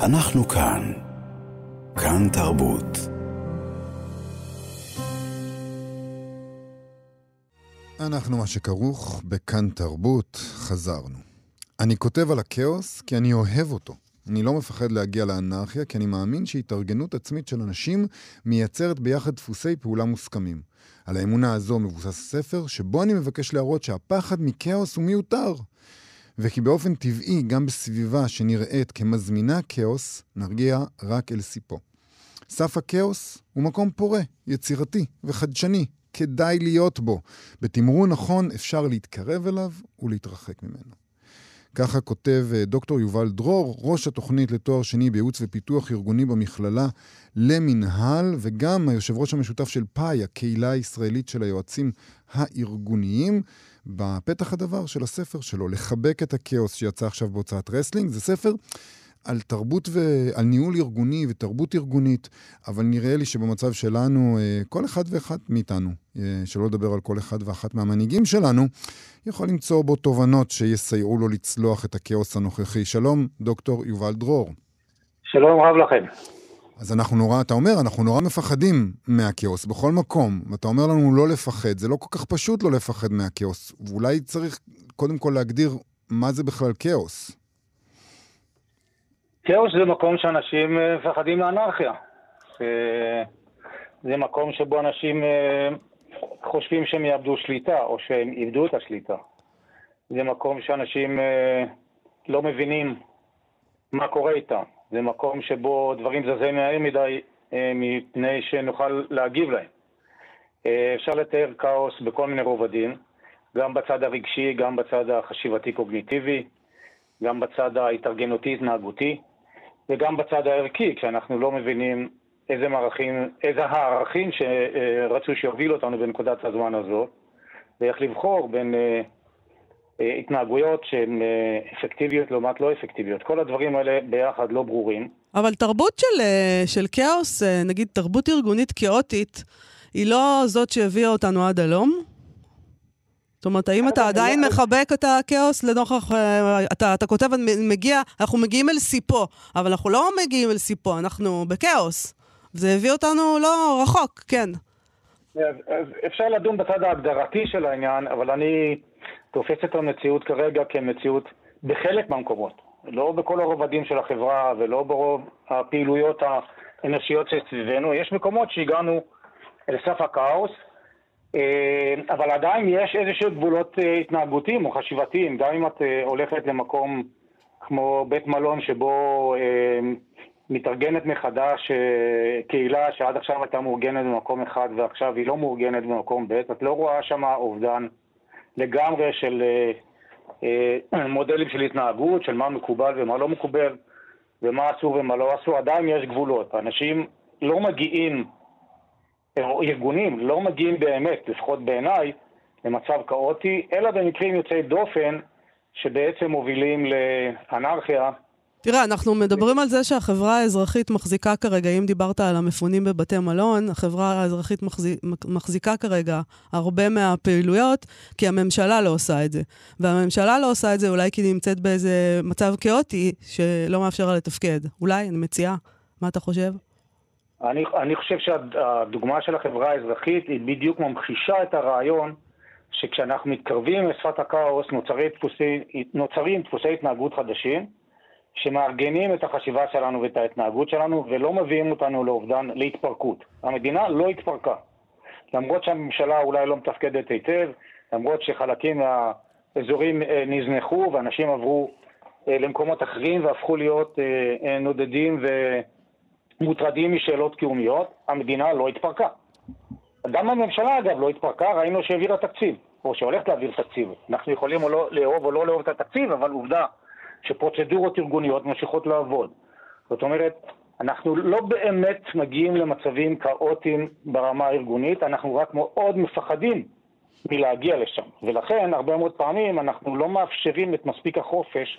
אנחנו כאן. כאן תרבות. אנחנו מה שכרוך בכאן תרבות, חזרנו. אני כותב על הכאוס כי אני אוהב אותו. אני לא מפחד להגיע לאנרכיה כי אני מאמין שהתארגנות עצמית של אנשים מייצרת ביחד דפוסי פעולה מוסכמים. על האמונה הזו מבוסס הספר שבו אני מבקש להראות שהפחד מכאוס הוא מיותר. וכי באופן טבעי גם בסביבה שנראית כמזמינה כאוס נרגיע רק אל סיפו. סף הכאוס הוא מקום פורה, יצירתי וחדשני. כדאי להיות בו. בתמרון נכון אפשר להתקרב אליו ולהתרחק ממנו. ככה כותב דוקטור יובל דרור, ראש התוכנית לתואר שני בייעוץ ופיתוח ארגוני במכללה למנהל, וגם היושב ראש המשותף של פאי, הקהילה הישראלית של היועצים הארגוניים. בפתח הדבר של הספר שלו, לחבק את הכאוס שיצא עכשיו בהוצאת רסלינג, זה ספר על תרבות ועל ניהול ארגוני ותרבות ארגונית, אבל נראה לי שבמצב שלנו, כל אחד ואחת מאיתנו, שלא לדבר על כל אחד ואחת מהמנהיגים שלנו, יכול למצוא בו תובנות שיסייעו לו לצלוח את הכאוס הנוכחי. שלום, דוקטור יובל דרור. שלום רב לכם. אז אתה אומר, אנחנו נורא מפחדים מהכאוס בכל מקום, ואתה אומר לנו לא לפחד, זה לא כל כך פשוט לא לפחד מהכאוס, ואולי צריך קודם כל להגדיר מה זה בכלל כאוס. כאוס זה מקום שאנשים מפחדים לאנרכיה. זה מקום שבו אנשים חושבים שהם יאבדו שליטה, או שהם איבדו את השליטה. זה מקום שאנשים לא מבינים מה קורה איתם. זה מקום שבו דברים זזים מהר מדי מפני שנוכל להגיב להם. אפשר לתאר כאוס בכל מיני רובדים, גם בצד הרגשי, גם בצד החשיבתי-קוגניטיבי, גם בצד ההתארגנותי-התנהגותי, וגם בצד הערכי, כשאנחנו לא מבינים איזה הערכים שרצו שיובילו אותנו בנקודת הזמן הזאת, ואיך לבחור בין התנהגויות שהן אפקטיביות לעומת לא אפקטיביות. כל הדברים האלה ביחד לא ברורים. אבל תרבות של כאוס, נגיד תרבות ארגונית כאוטית, היא לא זאת שהביאה אותנו עד הלום? זאת אומרת, האם אתה עדיין מחבק את הכאוס לנוכח, אתה כותב, אנחנו מגיעים אל סיפו, אבל אנחנו לא מגיעים אל סיפו, אנחנו בכאוס. זה הביא אותנו לא רחוק, כן. אז אפשר לדון בצד ההגדרתי של העניין, אבל אני תופס את המציאות כרגע כמציאות בחלק מהמקומות. לא בכל הרובדים של החברה ולא ברוב הפעילויות האנושיות שסביבנו. יש מקומות שהגענו אל סף הכאוס, אבל עדיין יש איזשהו גבולות התנהגותיים או חשיבתיים. גם אם את הולכת למקום כמו בית מלון שבו מתארגנת מחדש קהילה שעד עכשיו הייתה מאורגנת במקום אחד ועכשיו היא לא מאורגנת במקום ב', את לא רואה שם אובדן לגמרי של מודלים של התנהגות, של מה מקובל ומה לא מקובל ומה אסור ומה לא אסור. עדיין יש גבולות. אנשים לא מגיעים, או ארגונים לא מגיעים באמת, לפחות בעיניי, למצב כאוטי, אלא במקרים יוצאי דופן שבעצם מובילים לאנרכיה. תראה, אנחנו מדברים על זה שהחברה האזרחית מחזיקה כרגע, אם דיברת על המפונים בבתי מלון, החברה האזרחית מחזיקה כרגע הרבה מהפעילויות, כי הממשלה לא עושה את זה. והממשלה לא עושה את זה אולי כי נמצאת באיזה מצב כאוטי שלא מאפשר לה לתפקד. אולי, אני מציעה. מה אתה חושב? אני חושב שהדוגמה של החברה האזרחית היא בדיוק ממחישה את הרעיון שכשאנחנו מתקרבים לשפת הכאוס נוצרים דפוסי התנהגות חדשים שמארגנים את החשיבה שלנו ואת ההתנהגות שלנו ולא מביאים אותנו לאובדן, להתפרקות. המדינה לא התפרקה. למרות שהממשלה אולי לא מתפקדת היטב, למרות שחלקים מהאזורים נזנחו ואנשים עברו למקומות אחרים והפכו להיות נודדים ומוטרדים משאלות קיומיות, המדינה לא התפרקה. גם הממשלה אגב לא התפרקה, ראינו שהעבירה תקציב, או שהולכת להעביר תקציב. אנחנו יכולים או לא לאהוב או לא לאהוב את התקציב, אבל עובדה שפרוצדורות ארגוניות ממשיכות לעבוד. זאת אומרת, אנחנו לא באמת מגיעים למצבים כאוטיים ברמה הארגונית, אנחנו רק מאוד מפחדים מלהגיע לשם. ולכן, הרבה מאוד פעמים אנחנו לא מאפשרים את מספיק החופש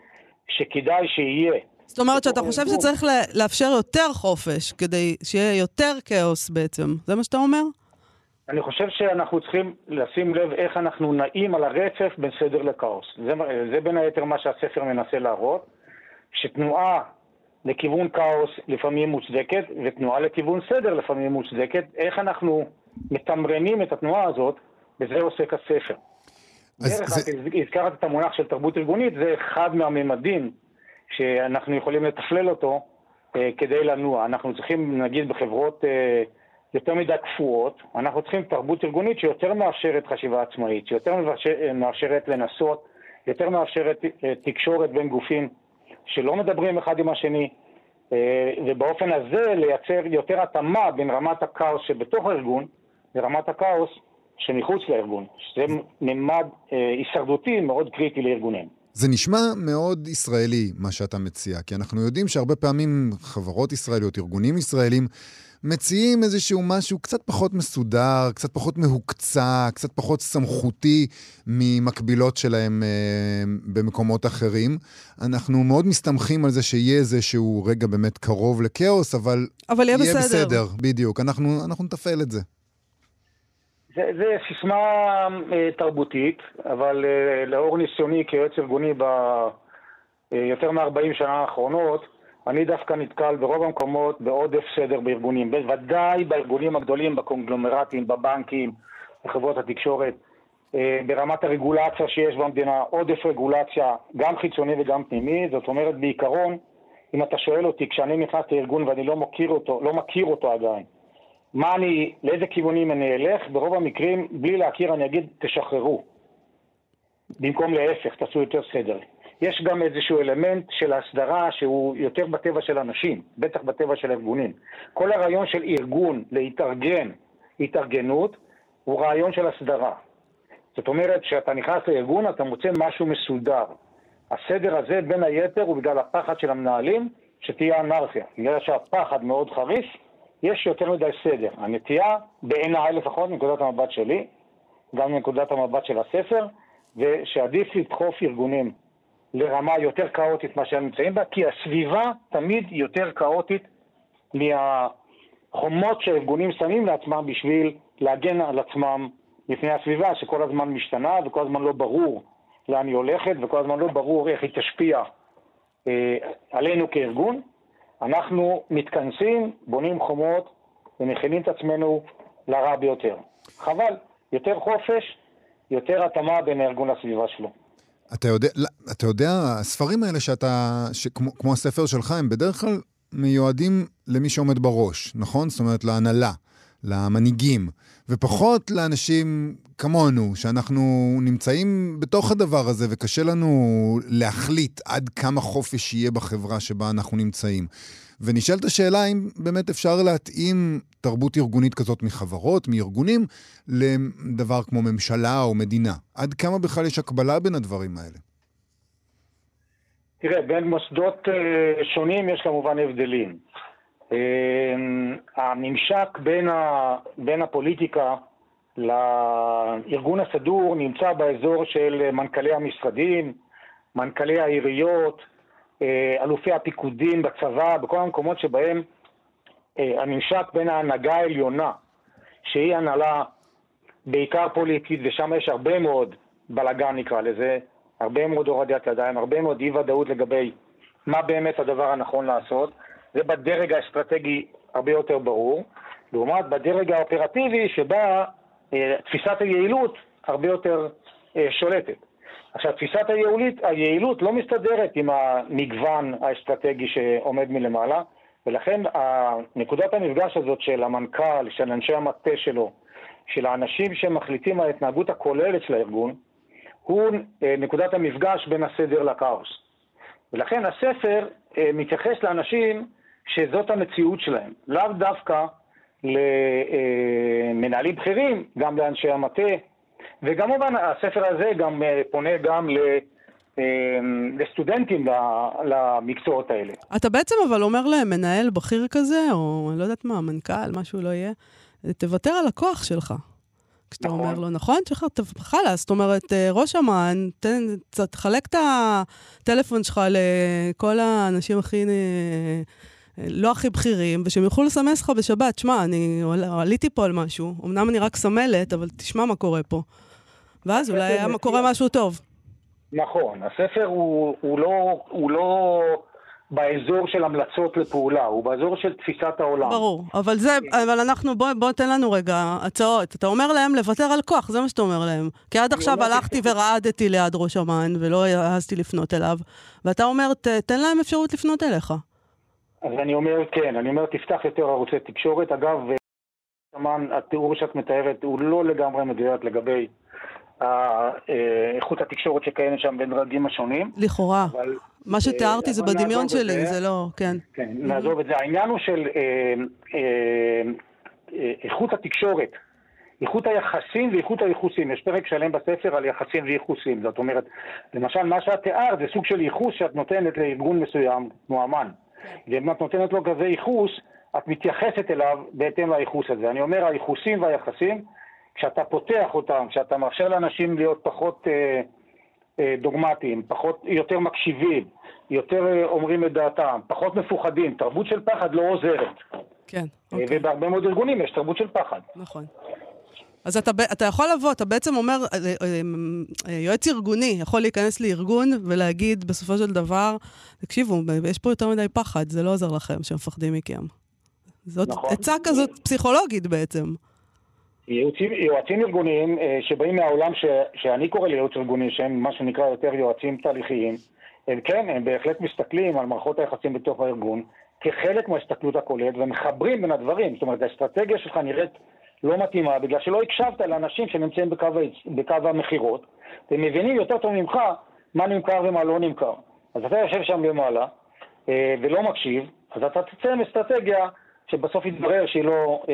שכדאי שיהיה. זאת אומרת שאתה חושב שצריך לאפשר יותר חופש כדי שיהיה יותר כאוס בעצם. זה מה שאתה אומר? אני חושב שאנחנו צריכים לשים לב איך אנחנו נעים על הרצף בין סדר לכאוס. זה בין היתר מה שהספר מנסה להראות, שתנועה לכיוון כאוס לפעמים מוצדקת, ותנועה לכיוון סדר לפעמים מוצדקת. איך אנחנו מתמרנים את התנועה הזאת, בזה עוסק הספר. הזכרת את המונח של תרבות ארגונית, זה אחד מהממדים שאנחנו יכולים לתפלל אותו כדי לנוע. אנחנו צריכים, נגיד, בחברות יותר מדי קפואות, אנחנו צריכים תרבות ארגונית שיותר מאפשרת חשיבה עצמאית, שיותר מאפשרת לנסות, יותר מאפשרת תקשורת בין גופים שלא מדברים אחד עם השני, ובאופן הזה לייצר יותר התאמה בין רמת הכאוס שבתוך הארגון לרמת הכאוס שמחוץ לארגון, שזה ממד הישרדותי מאוד קריטי לארגונים. זה נשמע מאוד ישראלי מה שאתה מציע, כי אנחנו יודעים שהרבה פעמים חברות ישראליות, ארגונים ישראלים, מציעים איזשהו משהו קצת פחות מסודר, קצת פחות מהוקצה, קצת פחות סמכותי ממקבילות שלהם במקומות אחרים. אנחנו מאוד מסתמכים על זה שיהיה איזשהו רגע באמת קרוב לכאוס, אבל יהיה בסדר. בדיוק, אנחנו נתפעל את זה. זה סיסמה תרבותית, אבל לאור ניסיוני כיועץ ארגוני ביותר מ-40 שנה האחרונות, אני דווקא נתקל ברוב המקומות בעודף סדר בארגונים, בוודאי בארגונים הגדולים, בקונגלומרטים, בבנקים, בחברות התקשורת, ברמת הרגולציה שיש במדינה, עודף רגולציה, גם חיצוני וגם פנימי. זאת אומרת, בעיקרון, אם אתה שואל אותי, כשאני נכנס לארגון ואני לא מכיר אותו עדיין, לאיזה כיוונים אני אלך, ברוב המקרים, בלי להכיר, אני אגיד, תשחררו. במקום להפך, תעשו יותר סדר. יש גם איזשהו אלמנט של הסדרה שהוא יותר בטבע של אנשים, בטח בטבע של ארגונים. כל הרעיון של ארגון להתארגן, התארגנות, הוא רעיון של הסדרה. זאת אומרת, שאתה נכנס לארגון, אתה מוצא משהו מסודר. הסדר הזה, בין היתר, הוא בגלל הפחד של המנהלים, שתהיה אנרכיה. בגלל שהפחד מאוד חריף, יש יותר מדי סדר. הנטייה, בעיניי לפחות, מנקודת המבט שלי, גם מנקודת המבט של הספר, ושעדיף לדחוף ארגונים לרמה יותר כאוטית מה שהם נמצאים בה, כי הסביבה תמיד יותר כאוטית מהחומות שהארגונים שמים לעצמם בשביל להגן על עצמם לפני הסביבה, שכל הזמן משתנה וכל הזמן לא ברור לאן היא הולכת, וכל הזמן לא ברור איך היא תשפיע עלינו כארגון. אנחנו מתכנסים, בונים חומות ומכינים את עצמנו לרע ביותר. חבל, יותר חופש, יותר התאמה בין הארגון לסביבה שלו. אתה יודע, הספרים האלה כמו הספר שלך, הם בדרך כלל מיועדים למי שעומד בראש, נכון? זאת אומרת, להנהלה, למנהיגים, ופחות לאנשים כמונו, שאנחנו נמצאים בתוך הדבר הזה, וקשה לנו להחליט עד כמה חופש יהיה בחברה שבה אנחנו נמצאים. ונשאלת השאלה האם באמת אפשר להתאים תרבות ארגונית כזאת מחברות, מארגונים, לדבר כמו ממשלה או מדינה. עד כמה בכלל יש הקבלה בין הדברים האלה? תראה, בין מוסדות שונים יש כמובן הבדלים. הממשק בין הפוליטיקה לארגון הסדור נמצא באזור של מנכ"לי המשרדים, מנכ"לי העיריות, אלופי הפיקודים בצבא, בכל המקומות שבהם הממשק בין ההנהגה העליונה, שהיא הנהלה בעיקר פוליטית, ושם יש הרבה מאוד בלגן נקרא לזה, הרבה מאוד הורדת ידיים, הרבה מאוד אי ודאות לגבי מה באמת הדבר הנכון לעשות. זה בדרג האסטרטגי הרבה יותר ברור, לעומת בדרג האופרטיבי שבה תפיסת היעילות הרבה יותר שולטת. עכשיו, תפיסת היעילות לא מסתדרת עם המגוון האסטרטגי שעומד מלמעלה, ולכן נקודת המפגש הזאת של המנכ"ל, של אנשי המטה שלו, של האנשים שמחליטים על ההתנהגות הכוללת של הארגון, הוא נקודת המפגש בין הסדר לכאוס. ולכן הספר מתייחס לאנשים שזאת המציאות שלהם, לאו דווקא למנהלים בכירים, גם לאנשי המטה, וכמובן הספר הזה גם פונה גם לסטודנטים למקצועות האלה. אתה בעצם אבל אומר להם, מנהל בכיר כזה, או אני לא יודעת מה, מנכ"ל, משהו לא יהיה, תוותר על הכוח שלך. כשאתה נכון. אומר לו, נכון, חלס, זאת אומרת, ראש אמן, תחלק את הטלפון שלך לכל האנשים הכי, לא הכי בכירים, ושהם יוכלו לסמס לך בשבת, שמה, אני עליתי פה על משהו, אמנם אני רק סמלת, אבל תשמע מה קורה פה. ואז אולי היה קורה משהו טוב. נכון, הספר הוא לא באזור של המלצות לפעולה, הוא באזור של תפיסת העולם. ברור, אבל אנחנו, בוא תן לנו רגע הצעות. אתה אומר להם לוותר על כוח, זה מה שאתה אומר להם. כי עד עכשיו הלכתי ורעדתי ליד ראש המן, ולא העזתי לפנות אליו, ואתה אומר, תן להם אפשרות לפנות אליך. אז אני אומר, כן, אני אומר, תפתח יותר ערוצי תקשורת. אגב, התיאור שאת מתארת הוא לא לגמרי מדויק לגבי איכות התקשורת שקיימת שם בין דרגים השונים. לכאורה. מה שתיארתי זה בדמיון שלי, זה לא, כן. כן, נעזוב את זה. העניין הוא של איכות התקשורת, איכות היחסים ואיכות היחוסים. יש פרק שלם בספר על יחסים ויחוסים. זאת אומרת, למשל, מה שאת תיארת זה סוג של ייחוס שאת נותנת לארגון מסוים, כמו אמן. ואם את נותנת לו כזה ייחוס, את מתייחסת אליו בהתאם לייחוס הזה. אני אומר, הייחוסים והיחסים, כשאתה פותח אותם, כשאתה מאפשר לאנשים להיות פחות דוגמטיים, יותר מקשיבים, יותר אומרים את דעתם, פחות מפוחדים, תרבות של פחד לא עוזרת. כן. ובהרבה מאוד ארגונים יש תרבות של פחד. נכון. אז אתה יכול לבוא, אתה בעצם אומר, יועץ ארגוני יכול להיכנס לארגון ולהגיד בסופו של דבר, תקשיבו, יש פה יותר מדי פחד, זה לא עוזר לכם שמפחדים מכם. זאת עצה כזאת פסיכולוגית בעצם. יועצים ארגוניים שבאים מהעולם שאני קורא לייעוץ ארגוני, שהם מה שנקרא יותר יועצים תהליכיים, הם כן, הם בהחלט מסתכלים על מערכות היחסים בתוך הארגון, כחלק מההסתכלות הכוללת, ומחברים בין הדברים. זאת אומרת, האסטרטגיה שלך נראית לא מתאימה, בגלל שלא הקשבת לאנשים שנמצאים בקו המחירות, והם מבינים יותר טוב ממך מה נמכר ומה לא נמכר. אז אתה יושב שם למעלה, ולא מקשיב, אז אתה תצא עם אסטרטגיה שבסוף יתברר שהיא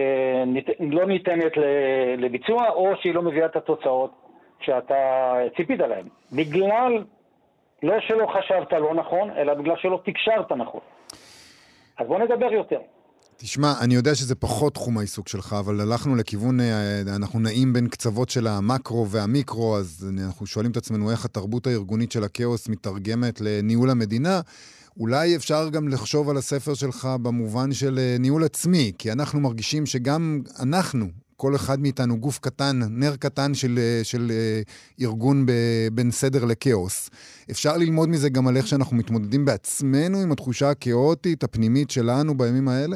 לא ניתנת לביצוע, או שהיא לא מביאה את התוצאות שאתה ציפית עליהן. בגלל, לא שלא חשבת לא נכון, אלא בגלל שלא תקשרת נכון. אז בוא נדבר יותר. תשמע, אני יודע שזה פחות תחום העיסוק שלך, אבל הלכנו לכיוון, אנחנו נעים בין קצוות של המקרו והמיקרו, אז אנחנו שואלים את עצמנו איך התרבות הארגונית של הכאוס מתרגמת לניהול המדינה. אולי אפשר גם לחשוב על הספר שלך במובן של ניהול עצמי, כי אנחנו מרגישים שגם אנחנו, כל אחד מאיתנו גוף קטן, נר קטן של ארגון בין סדר לכאוס. אפשר ללמוד מזה גם על איך שאנחנו מתמודדים בעצמנו עם התחושה הכאוטית, הפנימית שלנו בימים האלה?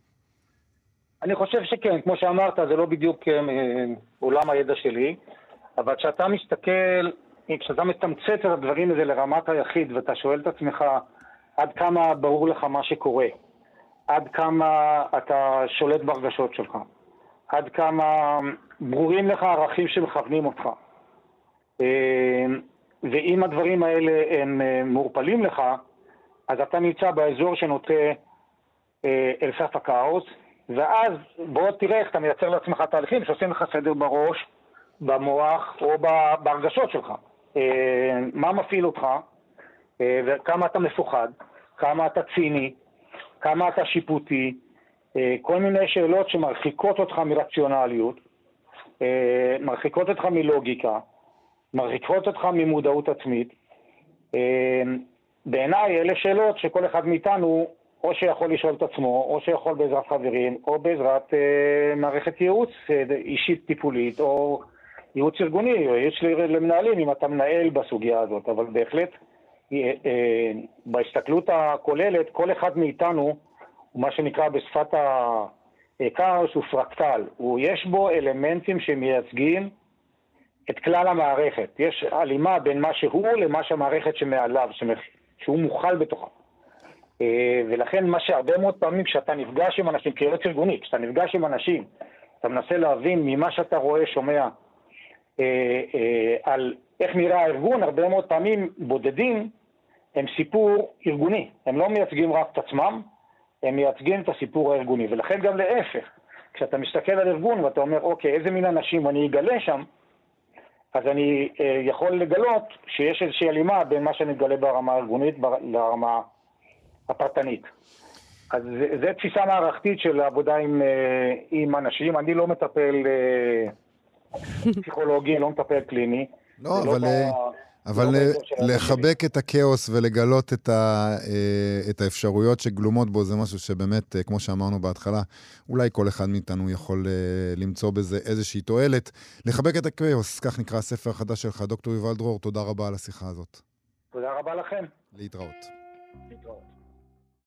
אני חושב שכן, כמו שאמרת, זה לא בדיוק עולם הידע שלי, אבל כשאתה מסתכל, כשאתה מתמצת את הדברים הזה לרמת היחיד, ואתה שואל את עצמך עד כמה ברור לך מה שקורה, עד כמה אתה שולט ברגשות שלך, עד כמה ברורים לך ערכים שמכוונים אותך. ואם הדברים האלה הם מורפלים לך, אז אתה נמצא באזור שנוטה אל סף הכאוס, ואז בוא תראה איך אתה מייצר לעצמך תהליכים שעושים לך סדר בראש, במוח או בהרגשות שלך. מה מפעיל אותך, וכמה אתה מפוחד, כמה אתה ציני, כמה אתה שיפוטי, כל מיני שאלות שמרחיקות אותך מרציונליות, מרחיקות אותך מלוגיקה, מרחיקות אותך ממודעות עצמית. בעיניי אלה שאלות שכל אחד מאיתנו או שיכול לשאול את עצמו, או שיכול בעזרת חברים, או בעזרת מערכת ייעוץ אישית טיפולית, או ייעוץ ארגוני, או ייעוץ למנהלים, אם אתה מנהל בסוגיה הזאת. אבל בהחלט, בהסתכלות הכוללת, כל אחד מאיתנו, מה שנקרא בשפת הכאוס, הוא פרקטל. יש בו אלמנטים שמייצגים את כלל המערכת. יש הלימה בין מה שהוא למה שהמערכת שמעליו, שהוא מוכל בתוכה. ולכן מה שהרבה מאוד פעמים כשאתה נפגש עם אנשים, כיועץ ארגוני, כשאתה נפגש עם אנשים, אתה מנסה להבין ממה שאתה רואה, שומע, על איך נראה הארגון, הרבה מאוד פעמים בודדים הם סיפור ארגוני. הם לא מייצגים רק את עצמם, הם מייצגים את הסיפור הארגוני. ולכן גם להפך, כשאתה מסתכל על ארגון ואתה אומר, אוקיי, איזה מין אנשים אני אגלה שם, אז אני יכול לגלות שיש איזושהי הלימה בין מה שאני אגלה ברמה הארגונית לרמה הפרטנית. אז זו תפיסה מערכתית של עבודה עם אנשים. אני לא מטפל פסיכולוגי, לא מטפל קליני. לא, אבל לחבק את הכאוס ולגלות את האפשרויות שגלומות בו, זה משהו שבאמת, כמו שאמרנו בהתחלה, אולי כל אחד מאיתנו יכול למצוא בזה איזושהי תועלת. לחבק את הכאוס, כך נקרא הספר החדש שלך. דוקטור יובל דרור, תודה רבה על השיחה הזאת. תודה רבה לכם. להתראות. להתראות.